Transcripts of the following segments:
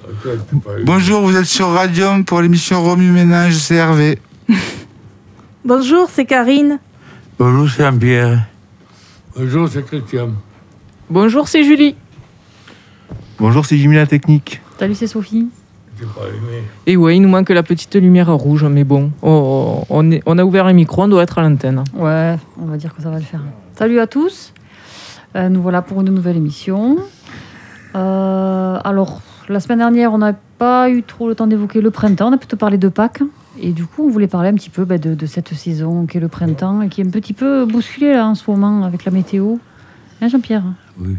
Bonjour, vous êtes sur Radium pour l'émission Remue Ménage, c'est Hervé. Bonjour, c'est Karine. Bonjour, c'est Jean-Pierre. Bonjour, c'est Christian. Bonjour, c'est Julie. Bonjour, c'est Jimmy la technique. Salut, c'est Sophie. J'ai pas aimé. Et ouais, il nous manque la petite lumière rouge, mais bon, on a ouvert un micro, on doit être à l'antenne. Ouais, on va dire que ça va le faire. Salut à tous. Nous voilà pour une nouvelle émission. Alors, la semaine dernière, on n'a pas eu trop le temps d'évoquer le printemps. On a plutôt parlé de Pâques. Et du coup, on voulait parler un petit peu de cette saison qu'est le printemps et qui est un petit peu bousculée là, en ce moment avec la météo. Hein, Jean-Pierre? Oui.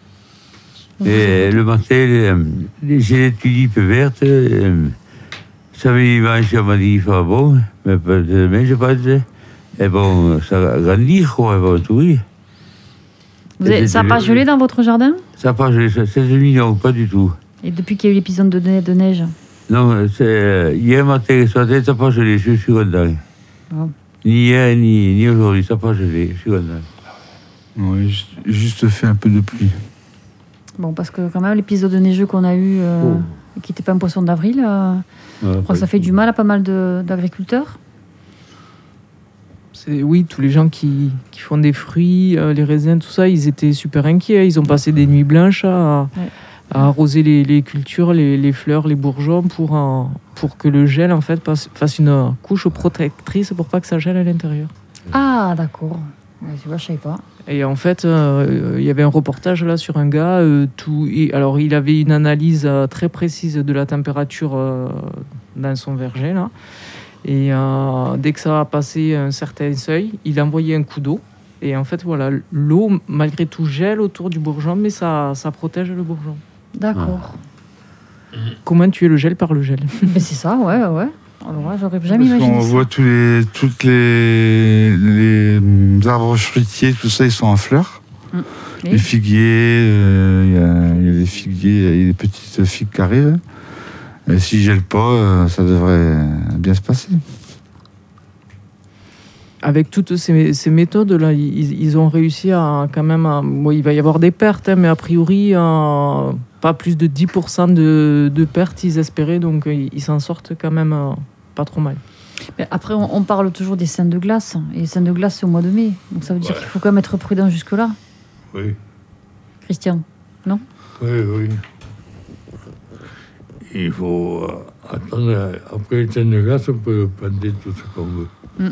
Et le matin, j'ai des tulipes vertes. Samedi, dimanche, on m'a dit qu'il fera bon. Mais pas demain, je pense. Et bon, ça va grandir, quoi. Bon, tout, oui. Ça n'a pas gelé dans votre jardin? Ça n'a pas gelé, c'est mignon, pas du tout. Et depuis qu'il y a eu l'épisode de neige? Non, c'est hier matin, ce matin, ça n'a pas gelé, je suis content. Oh. Ni hier, ni aujourd'hui, ça n'a pas gelé, je suis content. Oui, juste fait un peu de pluie. Bon, parce que quand même, l'épisode neigeux qu'on a eu, qui n'était pas un poisson d'avril, je crois que ça fait du mal à pas mal d'agriculteurs. Oui, tous les gens qui font des fruits, les raisins, tout ça, ils étaient super inquiets. Ils ont passé des nuits blanches à arroser les cultures, les fleurs, les bourgeons pour que le gel en fait fasse une couche protectrice pour pas que ça gèle à l'intérieur. Ah, d'accord. Ouais, tu vois, je savais pas. Et en fait, il y avait un reportage là sur un gars. Alors, il avait une analyse très précise de la température dans son verger là. Et dès que ça a passé un certain seuil, il envoyait un coup d'eau. Et en fait, voilà, l'eau, malgré tout, gèle autour du bourgeon, mais ça protège le bourgeon. D'accord. Comment tuer le gel par le gel? Mais c'est ça, ouais. Alors là, j'aurais jamais Parce imaginé qu'on ça. voit toutes les arbres fruitiers, tout ça, ils sont en fleurs. Oui. Les figuiers, il y a des figuiers, il y a des petites figues qui arrivent. Et s'ils ne gèlent pas, ça devrait bien se passer. Avec toutes ces méthodes-là, ils ont réussi à quand même... Bon, il va y avoir des pertes, hein, mais a priori, pas plus de 10% de pertes, ils espéraient. Donc, ils s'en sortent quand même pas trop mal. Mais après, on parle toujours des scènes de glace. Et les scènes de glace, c'est au mois de mai. Donc, ça veut dire qu'il faut quand même être prudent jusque-là. Oui. Christian, non? Oui. Il faut attendre. Après les scènes de glace, on peut planter tout ce qu'on veut.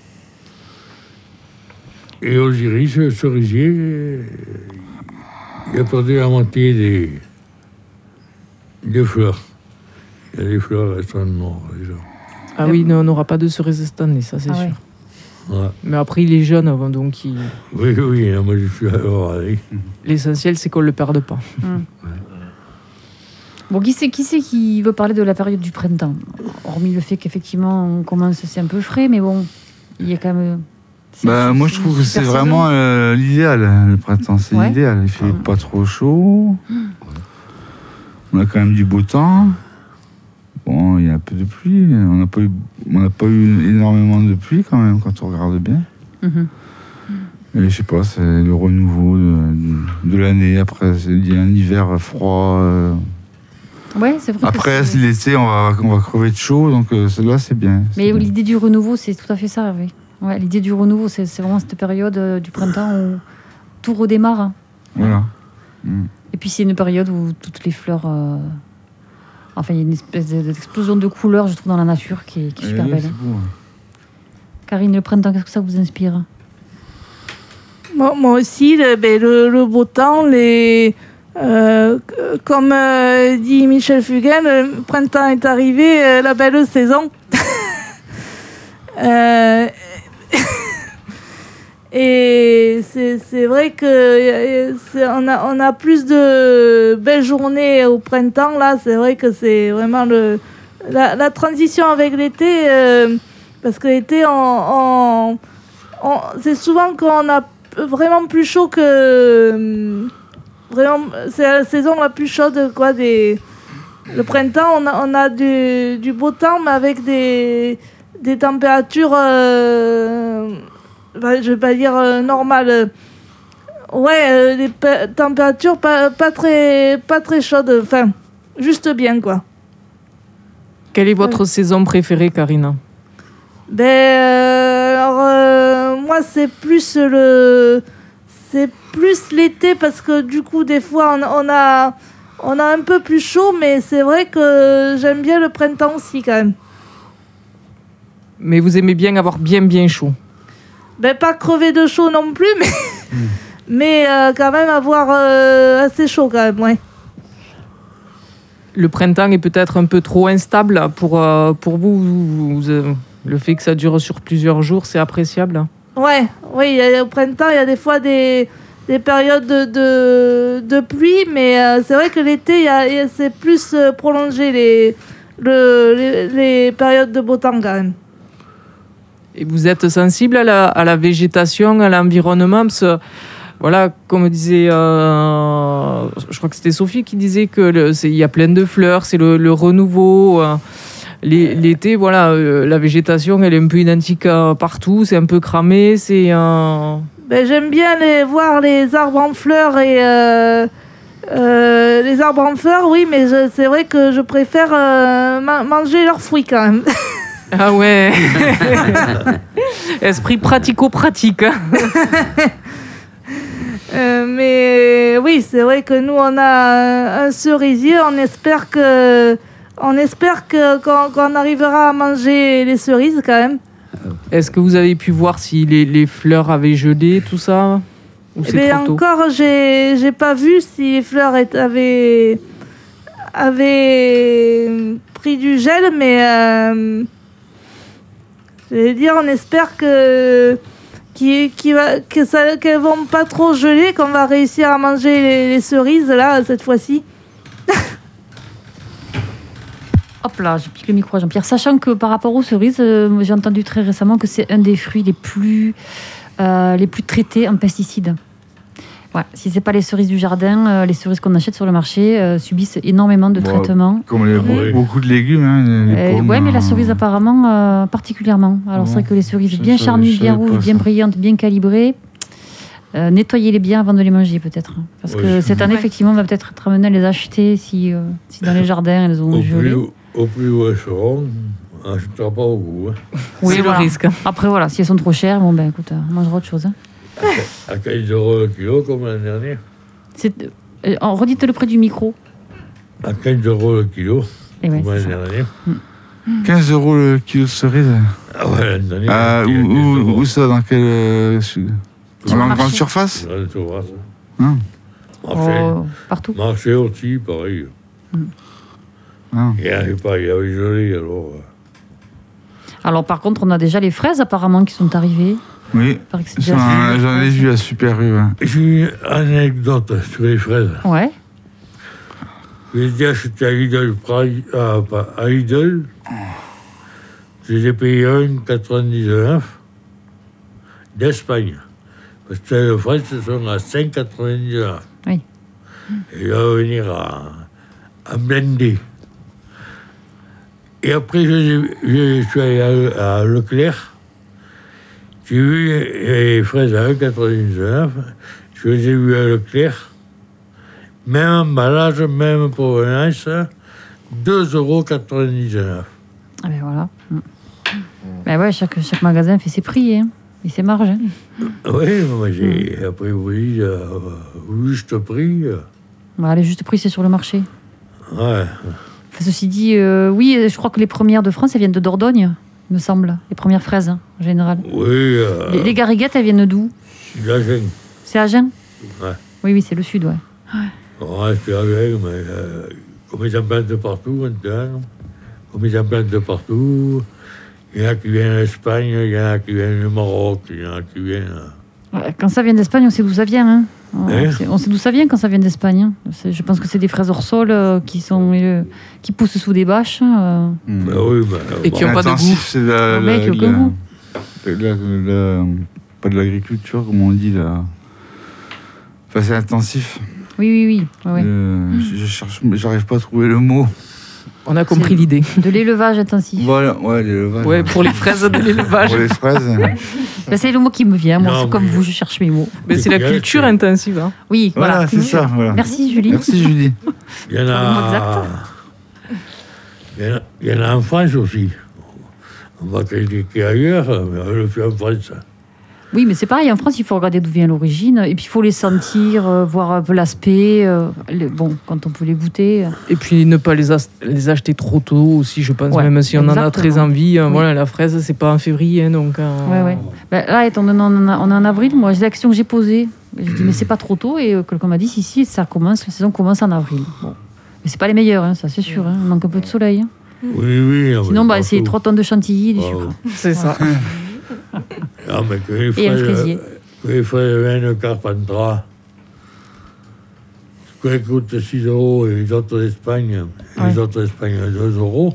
Et aux iris cerisiers, il a perdu la moitié des fleurs. Il y a des fleurs, elles sont noires déjà. Ah oui, non, on n'aura pas de cerises cette année, ça c'est sûr. Ouais. Mais après, il est jeune, donc Oui, moi je suis alors allé. L'essentiel, c'est qu'on ne le perde pas. Bon, qui c'est qui veut parler de la période du printemps? Hormis le fait qu'effectivement, on commence, c'est un peu frais, mais bon, il y a quand même... Moi, je trouve que c'est vraiment l'idéal, le printemps. C'est l'idéal. Il fait pas trop chaud. On a quand même du beau temps. Bon, il y a un peu de pluie. On n'a pas eu énormément de pluie quand même, quand on regarde bien. Et je sais pas, c'est le renouveau de l'année. Après, il y a un hiver froid. Ouais, c'est vrai. Après, l'été, on va crever de chaud. Donc, là, c'est bien. Mais l'idée du renouveau, c'est tout à fait ça, oui. Ouais, l'idée du renouveau, c'est vraiment cette période du printemps où tout redémarre. Hein. Voilà. Et puis c'est une période où toutes les fleurs... Enfin, il y a une espèce d'explosion de couleurs, je trouve, dans la nature qui est super belle. C'est beau. Karine, le printemps, qu'est-ce que ça vous inspire? Moi aussi, le beau temps, comme dit Michel Fugain, le printemps est arrivé, la belle saison. Et c'est vrai que on a plus de belles journées au printemps là. C'est vrai que c'est vraiment la transition avec l'été, parce que l'été c'est souvent qu'on a vraiment plus chaud que vraiment, c'est la saison la plus chaude quoi. Le printemps on a du beau temps, mais avec des températures je vais pas dire normales. Des températures pas très chaudes. Enfin, juste bien, quoi. Quelle est votre saison préférée, Karina? Moi, c'est plus l'été parce que du coup, des fois, on a un peu plus chaud, mais c'est vrai que j'aime bien le printemps aussi, quand même. Mais vous aimez bien avoir bien chaud? Pas crever de chaud non plus, mais quand même avoir assez chaud, quand même, ouais. Le printemps est peut-être un peu trop instable pour vous. Le fait que ça dure sur plusieurs jours, c'est appréciable? Oui, au printemps, il y a des fois des périodes de pluie, mais c'est vrai que l'été, c'est plus prolongé les périodes de beau temps, quand même. Et vous êtes sensible à la végétation, à l'environnement, parce que, voilà, comme disait, je crois que c'était Sophie qui disait que il y a plein de fleurs, c'est le renouveau. L'été, voilà, la végétation, elle est un peu identique partout, c'est un peu cramé, c'est... J'aime bien voir les arbres en fleurs et les arbres en fleurs, oui, mais c'est vrai que je préfère manger leurs fruits quand même. Ah ouais. Esprit pratico-pratique. Mais oui, c'est vrai que nous, on a un cerisier. On espère qu'on arrivera à manger les cerises quand même. Est-ce que vous avez pu voir si les fleurs avaient gelé, tout ça? Ou c'est trop tôt? Encore, j'ai pas vu si les fleurs avaient pris du gel, mais je vais dire, on espère qu'elles vont pas trop geler, qu'on va réussir à manger les cerises là cette fois-ci. Hop là, je pique le micro à Jean-Pierre. Sachant que par rapport aux cerises, j'ai entendu très récemment que c'est un des fruits les plus traités en pesticides. Ouais, si c'est pas les cerises du jardin, les cerises qu'on achète sur le marché subissent énormément de traitements. Comme beaucoup de légumes. Hein, ouais, mais la cerise apparemment particulièrement. Alors c'est vrai que les cerises bien charnues, bien rouges, bien brillantes, bien calibrées, nettoyez-les bien avant de les manger peut-être. Parce que cette année, effectivement, on va peut-être être amené à les acheter si dans les jardins elles ont gelé. Au plus où elles seront, on n'achètera pas au goût. Hein. Oui, c'est voilà. le risque. Après, voilà, si elles sont trop chères, bon ben écoute, on mangera autre chose. Hein. À 15 € le kilo, comme l'année dernière. Redites le prix du micro. À 15 € le kilo, Et ouais, comme l'année dernière. 15 € le kilo de cerises. Ah ouais, l'année dernière. Où ça? Dans quelle grande surface? Dans les surfaces. Partout. Marché aussi, pareil. Il y avait gelé, alors... Alors par contre, on a déjà les fraises apparemment qui sont arrivées. Oui, j'en ai vu à Super U. Hein. J'ai une anecdote sur les fraises. Ouais. J'ai dit acheter à Lidl, à Lidl. Je les ai payés 1,99 d'Espagne. Parce que les fraises, ce sont à 5,99. Oui. Et il va venir à blender. Et après, je suis allé à Leclerc. J'ai vu les fraises à 1,99. Je les ai vues à Leclerc. Même emballage, même provenance, 2,99 €. Ah ben voilà. Ben ouais, chaque magasin fait ses prix hein, et ses marges. Hein. Oui, moi j'ai après oui, juste prix. Bah, le juste prix, c'est sur le marché. Ouais. Enfin, ceci dit, oui, je crois que les premières de France, elles viennent de Dordogne, il me semble. Les premières fraises, hein, en général. Oui. Les gariguettes, elles viennent d'où? D'Agen. C'est Agen? Ouais. Oui, c'est le sud, ouais. Ouais, c'est Agen, mais comme ils en plantent de partout maintenant, il y en a qui viennent d'Espagne, il y en a qui viennent du Maroc, il y en a qui viennent... Quand ça vient d'Espagne, on sait d'où ça vient. Hein. On sait d'où ça vient quand ça vient d'Espagne. Hein. Je pense que c'est des fraises hors sol qui poussent sous des bâches. Et qui n'ont pas de goût. C'est pas de l'agriculture, comme on dit là. Enfin, c'est intensif. Oui. Ouais. J'arrive pas à trouver le mot. On a compris l'idée. De l'élevage intensif. Voilà, ouais, l'élevage. Ouais, pour les fraises, de l'élevage. Pour les fraises. C'est le mot qui me vient. Moi, c'est comme vous, je cherche mes mots. Mais c'est la culture intensive. Hein. Oui, voilà. C'est ça. Voilà. Merci, Julie. Merci, Julie. Il y en a... Il y en a en France aussi. On va critiquer ailleurs, mais on le fait en France. Oui, mais c'est pareil, en France, il faut regarder d'où vient l'origine, et puis il faut les sentir, voir un peu l'aspect, bon, quand on peut les goûter. Et puis ne pas les acheter trop tôt aussi, je pense, Ouais, même si on en a très exactement. envie. Oui. Voilà, la fraise, c'est pas en février, donc... Ouais. Ben, là, on est en avril, moi, c'est l'action que j'ai posée. J'ai dit, mais c'est pas trop tôt, et quelqu'un m'a dit, si, la saison commence en avril. Bon. Mais c'est pas les meilleurs, hein, ça c'est sûr, hein. Il manque un peu de soleil. Hein. Oui. Sinon, c'est 3 tonnes de chantilly, du sucre. C'est ça. Ah, mais quand Et un fraisier. il faut une Carpentras, qui coûte 6 € et les autres d'Espagne, Ouais. 2 €.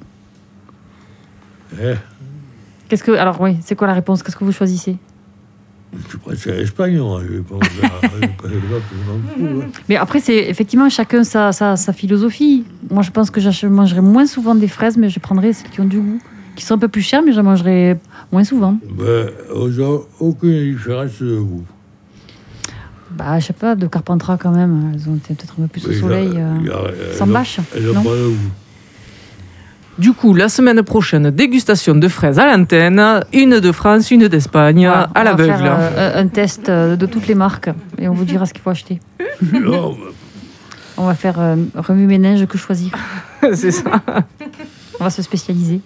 Alors, oui, c'est quoi la réponse? Qu'est-ce que vous choisissez? Je préfère l'Espagne, moi. Je vais pas les autres, je m'en fous. Hein. Mais après, c'est effectivement chacun sa philosophie. Moi, je pense que je mangerai moins souvent des fraises, mais je prendrai celles qui ont du goût, qui sont un peu plus chères, mais je mangerai moins souvent. Ben, aucune différence de goût. Bah, je sais pas, de Carpentras quand même. Elles ont peut-être un peu plus au soleil. Sans bâche, Elles n'ont non pas de goût. Du coup, la semaine prochaine, dégustation de fraises à l'antenne, une de France, une d'Espagne, Voilà, à l'aveugle. On va faire un test de toutes les marques et on vous dira ce qu'il faut acheter. Non, On va faire remue-ménage, que choisir. C'est ça. On va se spécialiser.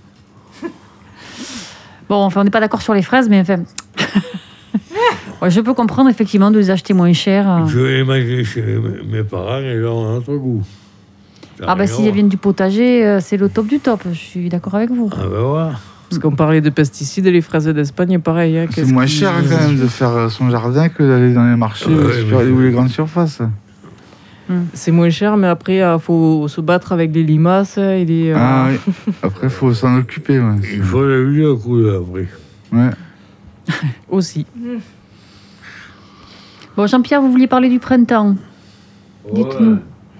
Bon, enfin, on n'est pas d'accord sur les fraises, mais enfin... Ouais, je peux comprendre effectivement de les acheter moins cher. je vais les manger chez mes parents et ils ont un autre goût. Ça Ah n'a bah rien à s'ils voir. viennent du potager, c'est le top du top. Je suis d'accord avec vous. Ah ben voilà. Parce qu'on parlait de pesticides, les fraises d'Espagne, pareil. Hein, C'est moins cher quand même de faire son jardin que d'aller dans les marchés ou les grandes surfaces. C'est moins cher, mais après, il faut se battre avec les limaces et les... Ah oui. Après, il faut s'en occuper. Ouais. Il faut le vider au coup après. Ouais. aussi. Bon, Jean-Pierre, vous vouliez parler du printemps. Dites-nous.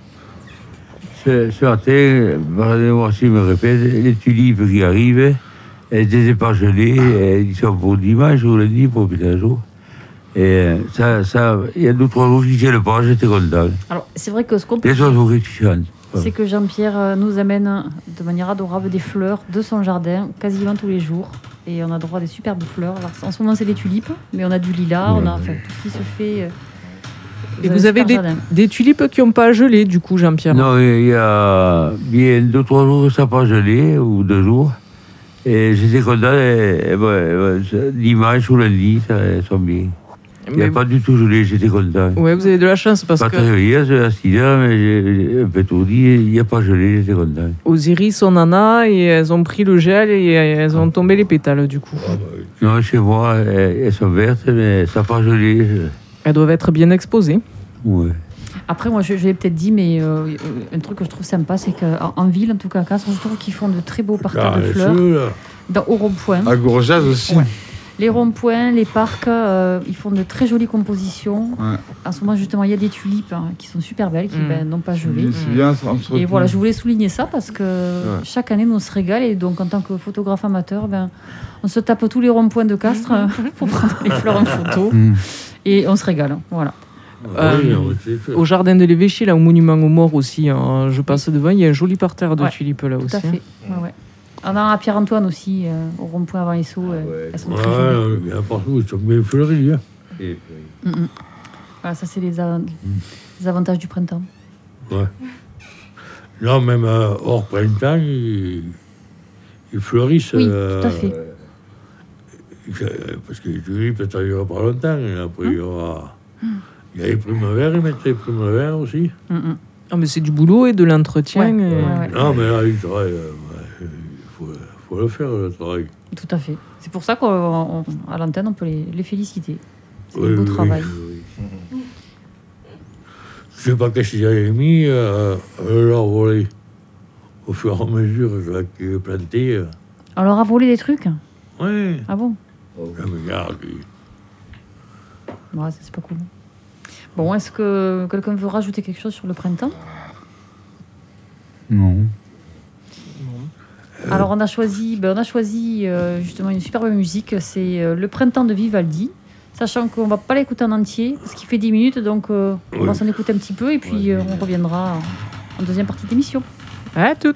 Ce matin, pardonnez-moi si je me répète, les tulipes qui arrivent, elles n'étaient pas gelées, elles sont pour dimanche ou lundi pour plus jour. Et il y a 2-3 jours qui ne gèlent pas, j'étais content. Alors, c'est vrai que ce qu'on peut Les dire, oiseaux qui chantent. c'est que Jean-Pierre nous amène de manière adorable des fleurs de son jardin quasiment tous les jours. Et on a droit à des superbes fleurs. Alors, en ce moment, c'est les tulipes, mais on a du lilas, on a enfin, tout ce qui se fait. Et vous avez des tulipes qui n'ont pas gelé, du coup, Jean-Pierre? Non, il y a bien 2-3 jours que ça n'a pas gelé, ou 2 jours. Et j'étais content, dimanche ou lundi, elles sont bien. Il n'y a pas du tout gelé, j'étais content. Ouais, vous avez de la chance parce Pas que très réveillé à 6 heures, mais j'ai un peu tout dit, il n'y a pas gelé, j'étais content. aux iris, on en a et elles ont pris le gel et elles ont tombé les pétales, du coup. Non, chez moi, elles sont vertes, mais ça n'a pas gelé. Elles doivent être bien exposées. Ouais. Après, moi, je l'ai peut-être dit, mais un truc que je trouve sympa, c'est qu'en ville, en tout cas à Castres, je trouve qu'ils font de très beaux parterres de fleurs. Au rond-point. À Gourjaz aussi. Ouais. Les ronds-points, les parcs, ils font de très jolies compositions. Ouais. En ce moment, justement, il y a des tulipes qui sont super belles, qui n'ont pas gelé. C'est bien, ça Et voilà, je voulais souligner ça parce que chaque année, nous, on se régale. Et donc, en tant que photographe amateur, on se tape tous les ronds-points de Castres pour prendre les fleurs en photo. Et on se régale. Voilà. Au jardin de l'évêché, là, au monument aux morts aussi, hein, je passe devant, il y a un joli parterre de tulipes là Tout aussi. à fait. Ouais. On a à Pierre-Antoine aussi, au rond-point avant les Sceaux. Elles sont très jolies. Il y a partout, ils sont bien fleuris. Hein. Voilà, ça, c'est les avantages du printemps. Ouais. Non, même hors printemps, ils fleurissent. Oui, tout à fait. Parce que les tulipes, ça ne durera pas longtemps. Et après, il y aura. Il y a les primavères, ils mettent les primavères aussi. Ah, mais c'est du boulot et de l'entretien. Ouais. Non, mais là, il faut le faire, le travail. Tout à fait. C'est pour ça qu'à l'antenne, on peut les féliciter. C'est un beau travail. Oui. Je ne sais pas qu'est-ce qu'ils avaient mis leur volet. Au fur et à mesure qu'ils plantaient. On leur a volé des trucs? Oui. Ah bon? Je me garde. Ouais, c'est pas cool. Bon, est-ce que quelqu'un veut rajouter quelque chose sur le printemps? Non. Alors, on a choisi justement une superbe musique. C'est Le Printemps de Vivaldi. Sachant qu'on va pas l'écouter en entier, parce qu'il fait 10 minutes, donc on va s'en écouter un petit peu, et puis on reviendra en deuxième partie d'émission. À toutes.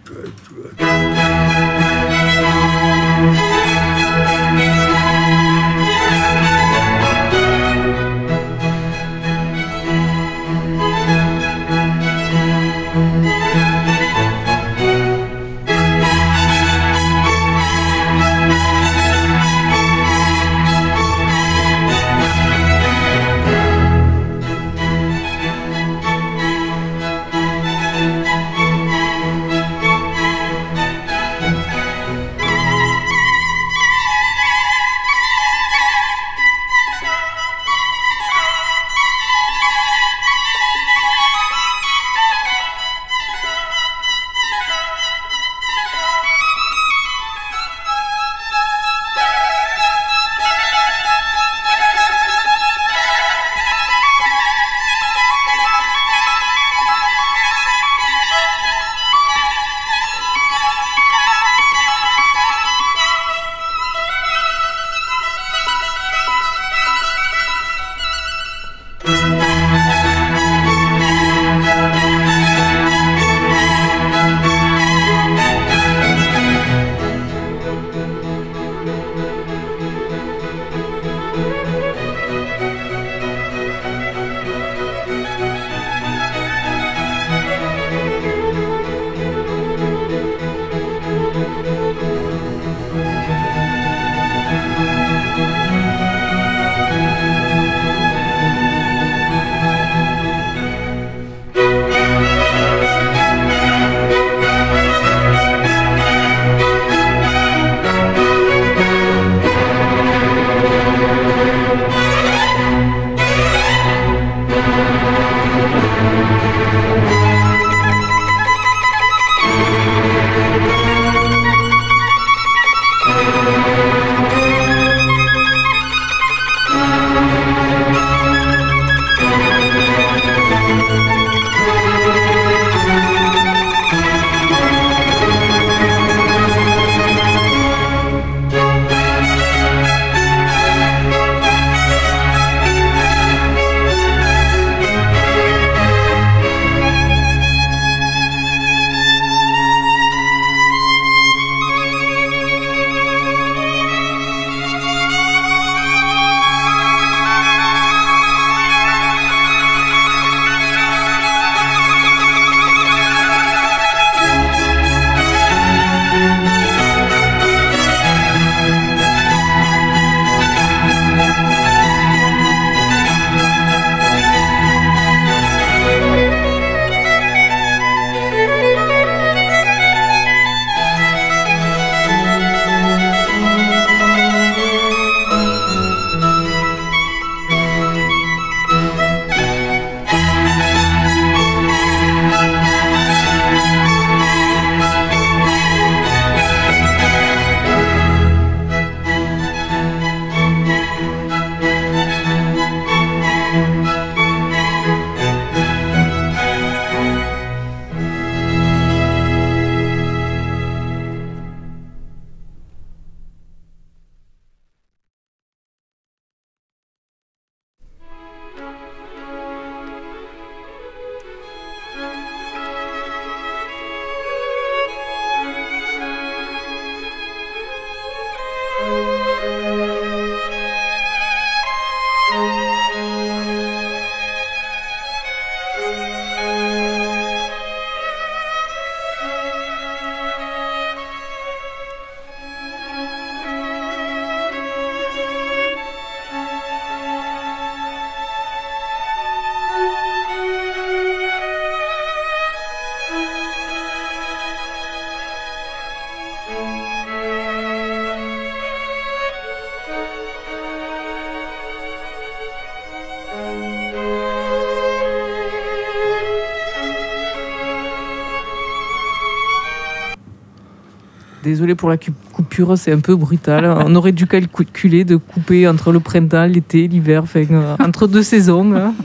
Désolé pour la coupure, c'est un peu brutal. On aurait dû calculer de couper entre le printemps, l'été, l'hiver, entre deux saisons. Hein.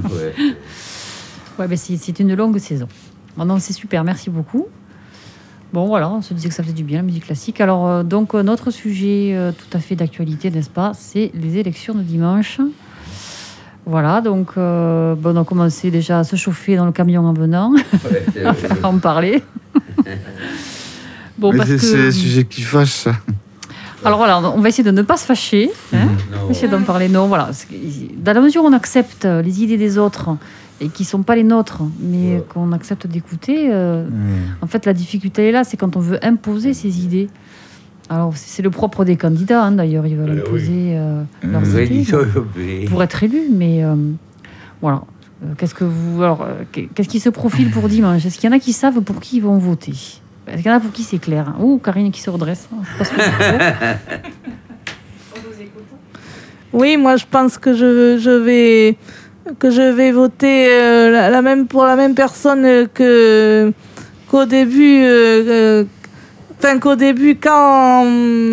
Ouais, ben c'est une longue saison. Bon, non, c'est super, merci beaucoup. Bon, voilà, on se disait que ça faisait du bien, la musique classique. Alors, donc, notre sujet tout à fait d'actualité, n'est-ce pas, c'est les élections de dimanche. Voilà, donc, on a commencé déjà à se chauffer dans le camion en venant, à en parler. Bon, parce c'est que... les sujets qui fâchent, ça. Alors voilà, on va essayer de ne pas se fâcher. Hein, on va essayer d'en parler. Non, voilà. Dans la mesure où on accepte les idées des autres et qui ne sont pas les nôtres, mais qu'on accepte d'écouter, en fait, la difficulté est là, c'est quand on veut imposer ses idées. Alors, c'est le propre des candidats, hein, d'ailleurs. Ils veulent imposer leurs idées pour être élus, mais voilà. Qu'est-ce qui se profile pour dimanche? Est-ce qu'il y en a qui savent pour qui ils vont voter? Est-ce qu'il y en a pour qui c'est clair? Ouh, Karine qui se redresse. Je pense que c'est Oui, moi je pense que je vais voter pour la même personne qu'au début. Qu'au début, quand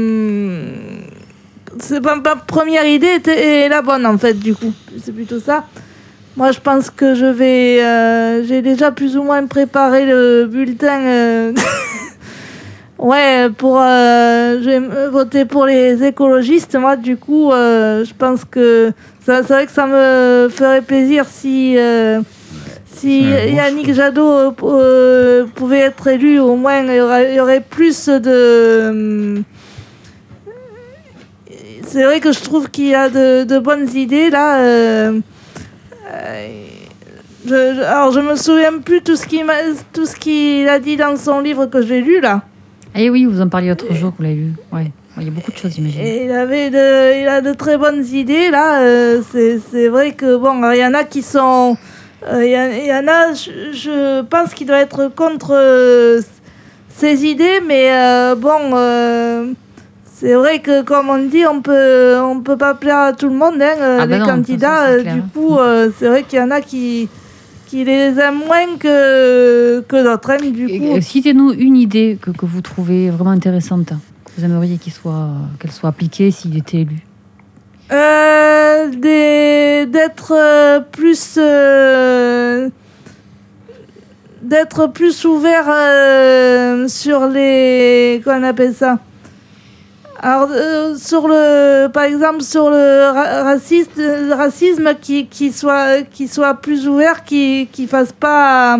c'est pas ma première idée est la bonne en fait, du coup, c'est plutôt ça. Moi, je pense que j'ai déjà plus ou moins préparé le bulletin. Je vais voter pour les écologistes. Moi, du coup, je pense que c'est vrai que ça me ferait plaisir si Yannick Jadot pouvait être élu. Au moins, il y aurait plus de... C'est vrai que je trouve qu'il y a de bonnes idées là. Alors je me souviens plus tout ce qu'il a dit dans son livre que j'ai lu là. Eh oui, vous en parliez l'autre jour, vous l'avez lu. Ouais, il y a beaucoup de choses, j'imagine. Et il a de très bonnes idées là. C'est vrai que bon, il y en a qui sont, il y en a, je pense qu'il doit être contre ces idées, mais c'est vrai que, comme on dit, on peut pas plaire à tout le monde, hein, les candidats. Du coup, c'est vrai qu'il y en a qui les aiment moins que d'autres. Hein, du coup. Citez-nous une idée que vous trouvez vraiment intéressante, que vous aimeriez qu'elle soit appliquée s'il était élu. D'être plus ouvert sur les... Comment on appelle ça? Alors, par exemple, sur le racisme, qui soit plus ouvert, qui fasse pas,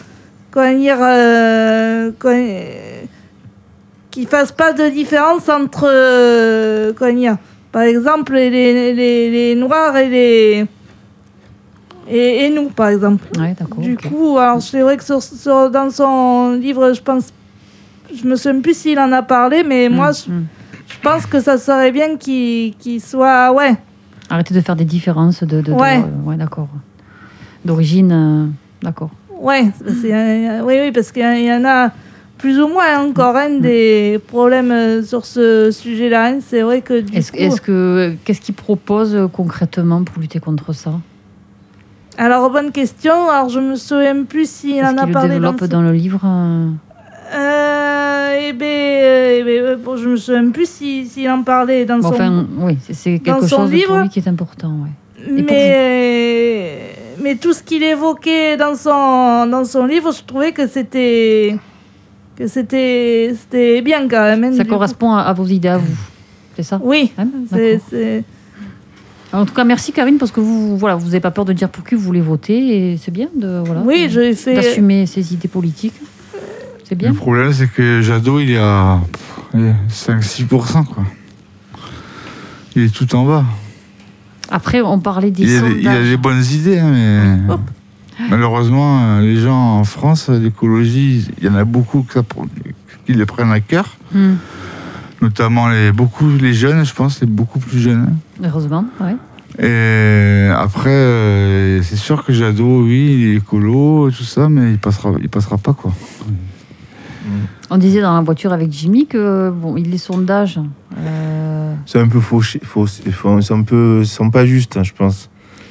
qui fasse pas de différence entre, par exemple, les Noirs et nous, par exemple. Ouais, d'accord. Du coup, alors c'est vrai que dans son livre, je me souviens plus s'il en a parlé, mais moi, je pense que ça serait bien qu'il soit... Ouais. Arrêtez de faire des différences ouais, d'accord. D'origine, d'accord. Ouais, oui, parce qu'il y en a plus ou moins encore des problèmes sur ce sujet-là. Hein. C'est vrai que qu'est-ce qu'il propose concrètement pour lutter contre ça? Alors, bonne question. Alors, je me souviens plus s'il en a parlé. Le développe dans le livre bon, je me souviens plus s'il en parlait dans son... Oui, c'est quelque chose livre, pour lui qui est important. Ouais. Mais tout ce qu'il évoquait dans son livre, je trouvais que c'était bien quand même. Hein, ça correspond à vos idées, à vous. C'est ça? Oui. Ah, c'est... En tout cas, merci Karine, parce que vous n'avez pas peur de dire pour qui vous voulez voter, et c'est bien d'assumer ses idées politiques. C'est bien. Le problème, c'est que Jadot, il est à 5-6%, quoi. Il est tout en bas. Après, on parlait des sondages. Il a des bonnes idées, hein, mais malheureusement, les gens en France, l'écologie, il y en a beaucoup qui le prennent à cœur. Notamment les jeunes, je pense, beaucoup plus jeunes. Hein. Heureusement, oui. Et après, c'est sûr que Jadot, oui, il est écolo et tout ça, mais il passera pas, quoi. On disait dans la voiture avec Jimmy que les sondages... C'est un peu faux, ils sont pas justes, hein, je pense.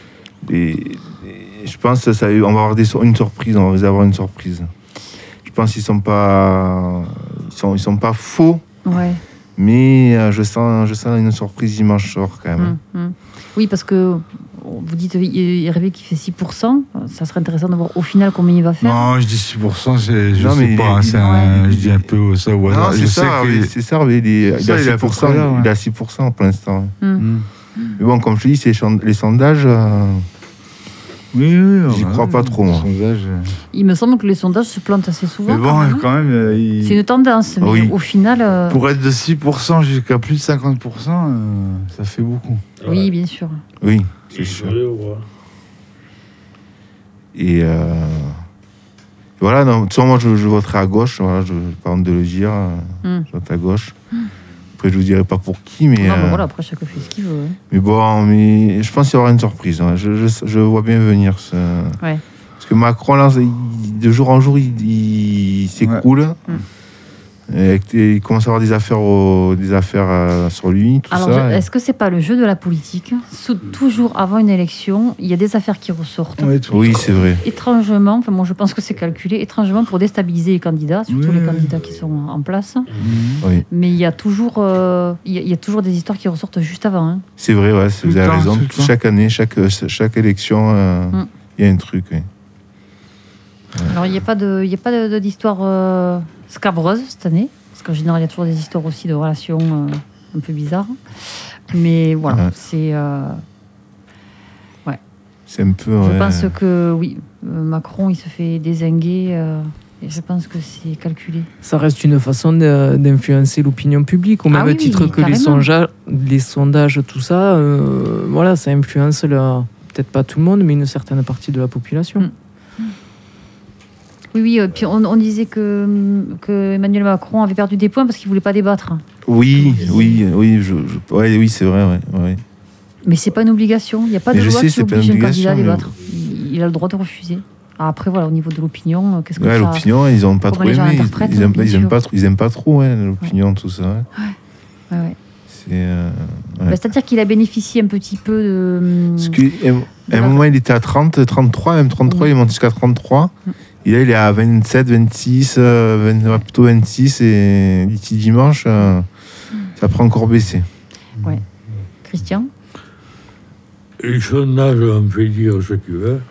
Je pense que on va avoir une surprise, on va avoir une surprise. Je pense qu'ils sont pas faux. Ouais. Mais je sens une surprise dimanche soir quand même. Oui, parce que vous dites Hervé qui fait 6%. Ça serait intéressant de voir au final combien il va faire. Non, je dis 6%, je dis un peu ça au hasard. C'est ça, Hervé, il a 6%, il a 6% pour l'instant. Mais bon, comme je te dis, les sondages, Oui, J'y crois pas trop, moi. Il me semble que les sondages se plantent assez souvent. Mais bon, quand même c'est une tendance, mais au final... Pour être de 6% jusqu'à plus de 50%, ça fait beaucoup. Oui, bien sûr. Oui, c'est sûr. Et voilà, non, de toute façon, moi, je voterai à gauche. Voilà, je pas honte de le dire. Je vote à gauche. Après, je vous dirai pas pour qui, mais... Non, voilà, après, chacun fait ce qu'il veut. Mais bon, je pense qu'il y aura une surprise. Hein. Je vois bien venir. Ouais. Parce que Macron, là, de jour en jour, il s'écroule. Il commence à avoir des affaires sur lui, tout alors, ça. Est-ce que c'est pas le jeu de la politique ? Toujours avant une élection, il y a des affaires qui ressortent. Oui, c'est vrai. Étrangement, enfin moi je pense que c'est calculé, étrangement pour déstabiliser les candidats, surtout les candidats qui sont en place. Oui. Mais il y a toujours, il y a toujours des histoires qui ressortent juste avant. Hein. C'est vrai, ouais, vous avez raison. Chaque année, chaque élection, il y a un truc. Oui. Alors il n'y a pas d'histoire scabreuse cette année, parce qu'en général il y a toujours des histoires aussi de relations un peu bizarres. Mais voilà, c'est... C'est un peu... Je pense que, oui, Macron, il se fait dézinguer, et je pense que c'est calculé. Ça reste une façon d'influencer l'opinion publique, au même titre que les sondages, tout ça. Voilà, ça influence, peut-être pas tout le monde, mais une certaine partie de la population. Oui, puis on disait que Emmanuel Macron avait perdu des points parce qu'il ne voulait pas débattre. Oui, c'est vrai, ouais. Mais c'est pas une obligation. Il n'y a pas de loi qui oblige un candidat à débattre. Il a le droit de refuser. Alors après, voilà, au niveau de l'opinion, qu'est-ce que ça... l'opinion, ils n'ont pas trop aimé. Ils n'aiment pas trop l'opinion, tout ça. Ouais. C'est-à-dire qu'il a bénéficié un petit peu de... Parce qu'à un moment, il était à 30, 33, même 33, il est monté jusqu'à 33. Et là, il est à 27, 26, plutôt 26. Et d'ici dimanche, ça prend encore baisser. Ouais. Christian ? Les sondages me fait dire ce qu'ils veulent.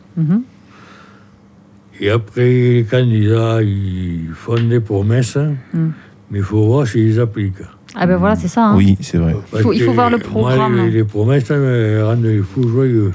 Et après, les candidats, ils font des promesses, mais il faut voir s'ils les appliquent. Ah ben voilà, c'est ça. Hein. Oui, c'est vrai. Il faut voir le programme. Moi, les promesses, elles rendent les fous joyeux.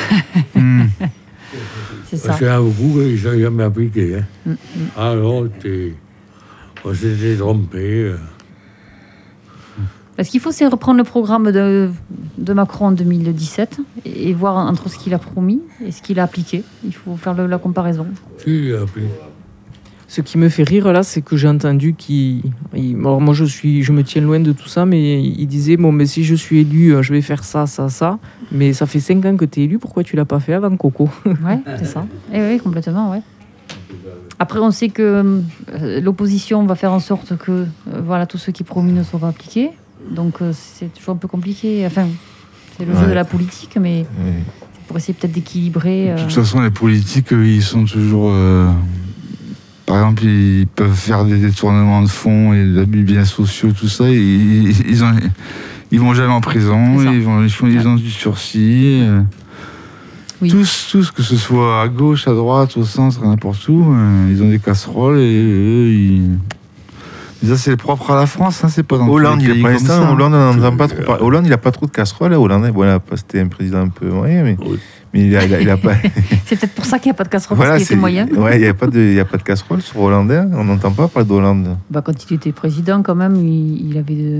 C'est ça. Parce qu'il y en a beaucoup qui ne sont jamais appliqués. Hein. Alors, on s'était trompé. Parce qu'il faut reprendre le programme de Macron en 2017 et voir entre ce qu'il a promis et ce qu'il a appliqué. Il faut faire la comparaison. Qui a appliqué ? Ce qui me fait rire là, c'est que j'ai entendu alors moi je me tiens loin de tout ça, mais il disait bon, mais si je suis élu, je vais faire ça. Mais ça fait 5 ans que tu es élu, pourquoi tu l'as pas fait avant, Coco ? Ouais, c'est ça. Et oui, complètement, ouais. Après, on sait que l'opposition va faire en sorte que voilà, tous ceux qui promis ne soient pas appliqués. Donc c'est toujours un peu compliqué. Enfin, c'est le jeu de la politique, mais c'est pour essayer peut-être d'équilibrer. De toute façon, les politiques, ils sont toujours... Par exemple, ils peuvent faire des détournements de fonds et d'abus biens sociaux, tout ça. Ils vont jamais en prison, ils ont du sursis. Oui. Tous, que ce soit à gauche, à droite, au centre, n'importe où, ils ont des casseroles et eux, ça, c'est propre à la France, hein, c'est pas dans Hollande, tous les pays comme ça. Hollande, on n'entend pas trop parler. Hollande, il n'a pas trop de casseroles. Hollande, voilà, c'était un président un peu moyen, mais il a pas. C'est peut-être pour ça qu'il n'y a pas de casserole, parce qu'il était moyen. Ouais, il n'y a pas de casserole sur Hollande. On n'entend pas parler d'Hollande. Quand il était président, quand même, il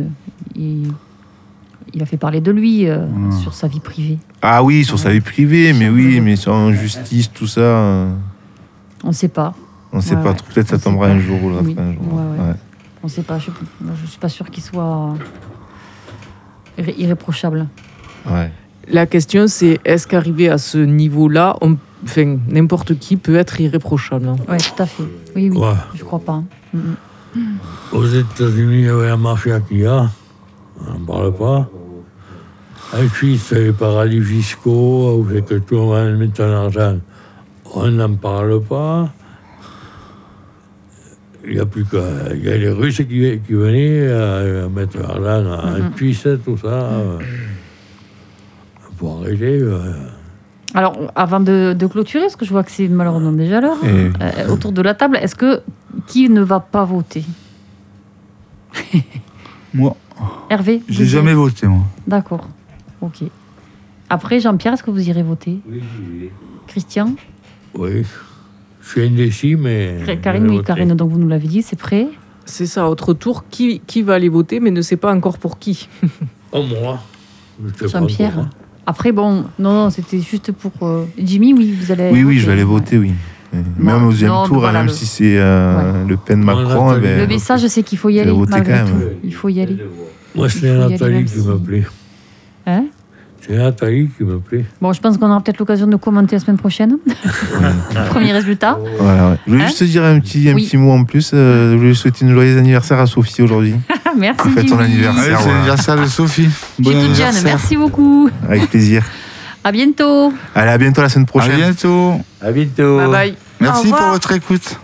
a fait parler de lui sur sa vie privée. Ah oui, sur sa vie privée, mais sur justice, tout ça. On ne sait pas. On ne sait pas trop. Peut-être ça tombera un jour ou l'autre. Un jour. Ouais. On ne sait pas. Je ne suis pas sûre qu'il soit irréprochable. Ouais. La question, c'est est-ce qu'arrivé à ce niveau-là, n'importe qui peut être irréprochable ? Oui, tout à fait. Oui, ouais. Je ne crois pas. Aux États-Unis, il y avait la mafia qu'il y a. On n'en parle pas. Ensuite, c'est les paradis fiscaux, où c'est que tout le monde met son argent. On n'en parle pas. Il y a plus que... Il y a les Russes qui venaient mettre l'argent en Suisse, tout ça. Pour arrêter. Alors, avant de clôturer, parce que je vois que c'est malheureusement déjà l'heure, autour de la table, qui ne va pas voter ? Moi. Hervé ? J'ai jamais voté, moi. D'accord. Ok. Après, Jean-Pierre, est-ce que vous irez voter? Oui, j'y vais. Christian? Oui. Je suis indécis, mais. Karine, oui, Karine, donc vous nous l'avez dit, c'est prêt? C'est ça, autre tour. Qui va aller voter, mais ne sait pas encore pour qui. Oh, moi. Jean-Pierre. Après, bon, non, c'était juste pour. Jimmy, oui, vous allez. Oui, je vais aller voter, oui. Même au deuxième tour, voilà, même si c'est Le Pen Macron. Le message, c'est qu'il faut y aller. Malgré tout. Il faut y aller. Moi, c'est Nathalie qui me plaît. Hein? C'est Nathalie qui me plaît. Bon, je pense qu'on aura peut-être l'occasion de commenter la semaine prochaine. Premier résultat. Voilà, ouais. Je voulais juste te dire un petit mot en plus. Je voulais souhaiter un joyeux anniversaire à Sophie aujourd'hui. Merci. En fait, ton anniversaire. Ouais, c'est l'anniversaire de Sophie. Bon anniversaire. Jeanne, merci beaucoup. Avec plaisir. À bientôt. Allez, à bientôt la semaine prochaine. À bientôt. À bientôt. Bye bye. Merci pour votre écoute.